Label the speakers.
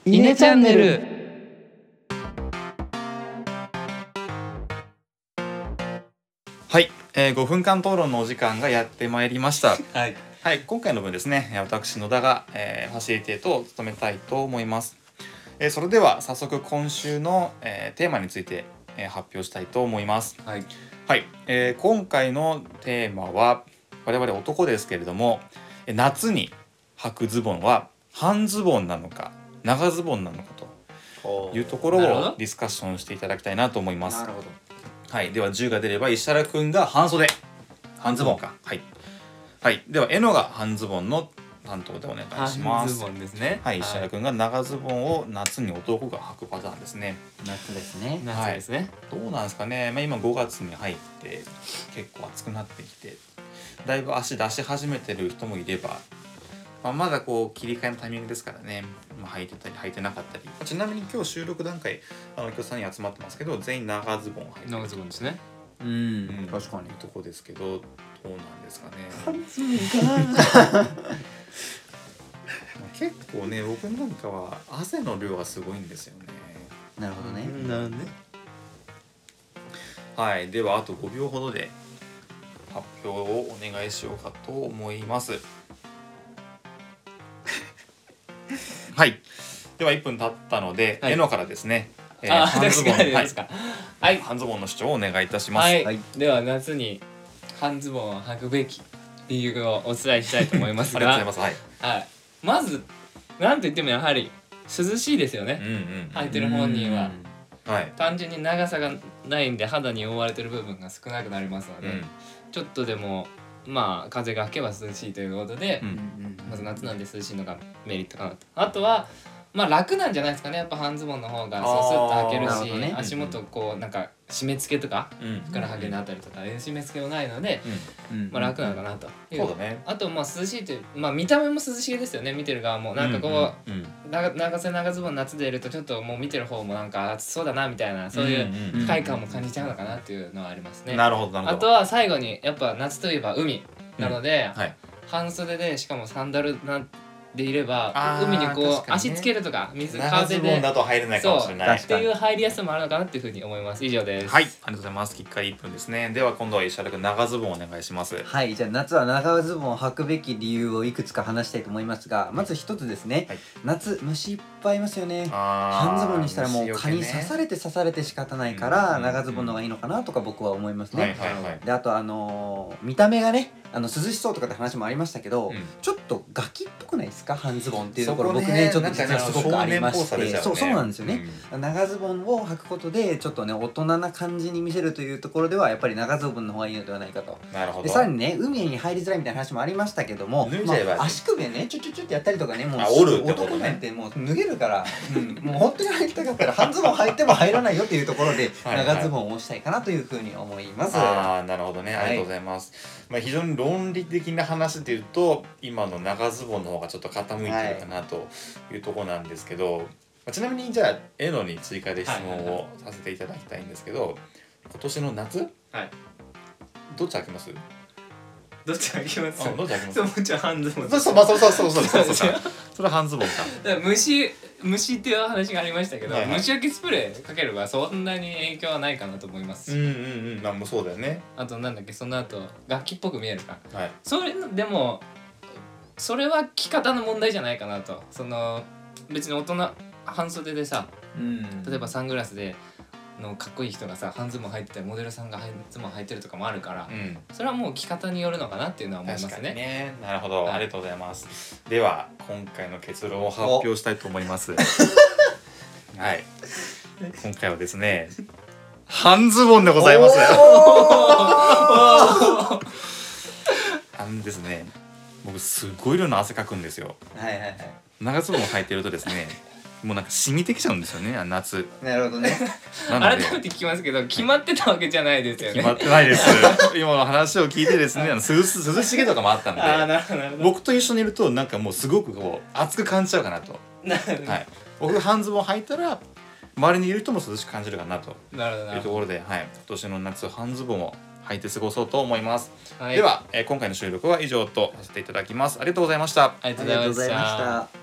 Speaker 1: イネチャンネル。
Speaker 2: はい、5分間討論のお時間がやってまいりました
Speaker 1: はい、
Speaker 2: はい、今回の分ですね、私野田が、ファシリテートを務めたいと思います。それでは早速今週の、テーマについて、発表したいと思います。
Speaker 1: はい、
Speaker 2: はい、今回のテーマは我々男ですけれども、夏に履くズボンは半ズボンなのか長ズボンなのかというところをディスカッションしていただきたいなと思います。
Speaker 1: なるほど。
Speaker 2: はい、では10が出れば石原くんが半袖半ズボンか、はい、はい、ではえのが半ズボンの担当でお願いします。
Speaker 1: 半ズボンですね。
Speaker 2: はい、石原くんが長ズボンを夏に男が履くパターンですね。
Speaker 3: 夏ですね。
Speaker 1: 夏ですね。
Speaker 2: どうなんですかね、今5月に入って結構暑くなってきてだいぶ足出し始めてる人もいれば、まだこう切り替えのタイミングですからね、履いてたり履いてなかったり、ちなみに今日収録段階今日3人集まってますけど全員長ズボン履いてる
Speaker 1: 長ズボンですね。
Speaker 3: 確かに。
Speaker 2: とこですけど、どうなんですかね。
Speaker 3: 半ズボンか
Speaker 2: 結構ね、僕なんかは汗の量がすごいんですよね。
Speaker 3: なるほどね。
Speaker 1: なんで？
Speaker 2: はい、ではあと5秒ほどで発表をお願いしようかと思います。はい、では1分経ったので、
Speaker 1: はい、
Speaker 2: エノからですね、
Speaker 1: 半ズボンですか。はい、
Speaker 2: 半ズボンの主張をお願いいたします。
Speaker 1: はい、
Speaker 3: はい
Speaker 1: では夏に半ズボンを履くべき理由をお伝えしたいと思います
Speaker 2: ありがとう
Speaker 1: が、
Speaker 2: ございます。
Speaker 1: はい、まずなんといってもやはり涼しいですよね。履いてる本人は
Speaker 2: はい、
Speaker 1: 単純に長さがないんで肌に覆われてる部分が少なくなりますので、ちょっとでも風が吹けば涼しいということで、まず夏なんで涼しいのがメリットかなと。あとは楽なんじゃないですかね。やっぱ半ズボンの方がスッと履けるし、
Speaker 3: ね、
Speaker 1: 足元こうなんか締め付けとか、ふくらはぎのあたりとか締め付けもないので、楽なのかなという。
Speaker 2: そうだね。
Speaker 1: あと涼しいという見た目も涼しげですよね。見てる側もなんかこう、長ズボン夏でいるとちょっともう見てる方もなんか暑そうだなみたいな、そういう不快感も感じちゃうのかなっていうのはありますね。
Speaker 2: なるほどなるほど。
Speaker 1: あとは最後にやっぱ夏といえば海なので、
Speaker 2: はい、
Speaker 1: 半袖でしかもサンダルなんでいれば海にこう
Speaker 2: 確かにね、
Speaker 1: 足つけるとか水
Speaker 2: 長
Speaker 1: 風で
Speaker 2: ズボンだと入れないかもしれない。
Speaker 1: っていう入りやすさもあるのかなっていうふうに思います。以上です。
Speaker 2: はい、ありがとうございます。きっかり1分ですね。では今度は石原君長ズボンお願いします。
Speaker 3: はい、じゃあ夏は長ズボンを履くべき理由をいくつか話したいと思いますが、まず一つですね、
Speaker 2: はい、
Speaker 3: 夏虫いっぱいいますよね。半ズボンにしたらもう蚊に刺されて仕方ないから、長ズボンの方がいいのかなとか僕は思いますね。であと見た目がね涼しそうとかって話もありましたけど、ちょっとガキっぽくないですか、半ズボンっていうところ。僕ねちょっと実はすごくありまして、そうなんですよね。長ズボンを履くことでちょっとね大人な感じに見せるというところではやっぱり長ズボンの方がいいのではないかと。
Speaker 2: なるほど。
Speaker 3: でさらにね海に入りづらいみたいな話もありましたけども、足首ねちょってやったりとかね、もう男なんてもう脱げるから、もう本当に入りたかったら半ズボン履いても入らないよっていうところで長ズボンをしたいかなというふうに思います。
Speaker 2: なるほどね、ありがとうございます。非常に論理的な話でいうと今の長ズボンの方がちょっと傾いてるかなというところなんですけど、ちなみにじゃあエノに追加で質問をさせていただきたいんですけど、今年の夏、どっち履きます？
Speaker 1: どっち履きます？
Speaker 2: どっち履きます？
Speaker 1: もちろん半ズボン。
Speaker 2: そうそれは半ズボンか。
Speaker 1: 虫っていう話がありましたけど、虫焼きスプレーかければそんなに影響はないかなと思います。
Speaker 2: もうそうだよね。
Speaker 1: あとなんだっけ、その後楽器っぽく見えるか。
Speaker 2: はい。
Speaker 1: でもそれは着方の問題じゃないかなと。別に大人半袖でさ、例えばサングラスでかっこいい人がさ半ズボン履いてたり、モデルさんが半ズボン履いてるとかもあるから、それはもう着方によるのかなっていうのは思いますね。
Speaker 2: 確かにね。なるほど、ありがとうございます。では今回の結論を発表したいと思います。はい、今回はですね半ズボンでございます。ですね、僕すごい量の汗かくんですよ。長ズボン履いてるとですねもうなんか染みてきちゃうんですよね、夏。
Speaker 3: なるほどね。
Speaker 1: 改めて聞きますけど、決まってたわけじゃないですよね。
Speaker 2: 決まってないです。今の話を聞いてですね、涼しげとかもあったんで、僕と一緒にいるとなんかもうすごくこう熱く感じちゃうかなと。はい。僕半ズボン履いたら周りにいる人も涼しく感じるかなというところで、はい、今年の夏半ズボンを履いて過ごそうと思います。では、今回の収録は以上とさせていただきます。ありがとうございました。
Speaker 1: ありがとうございました。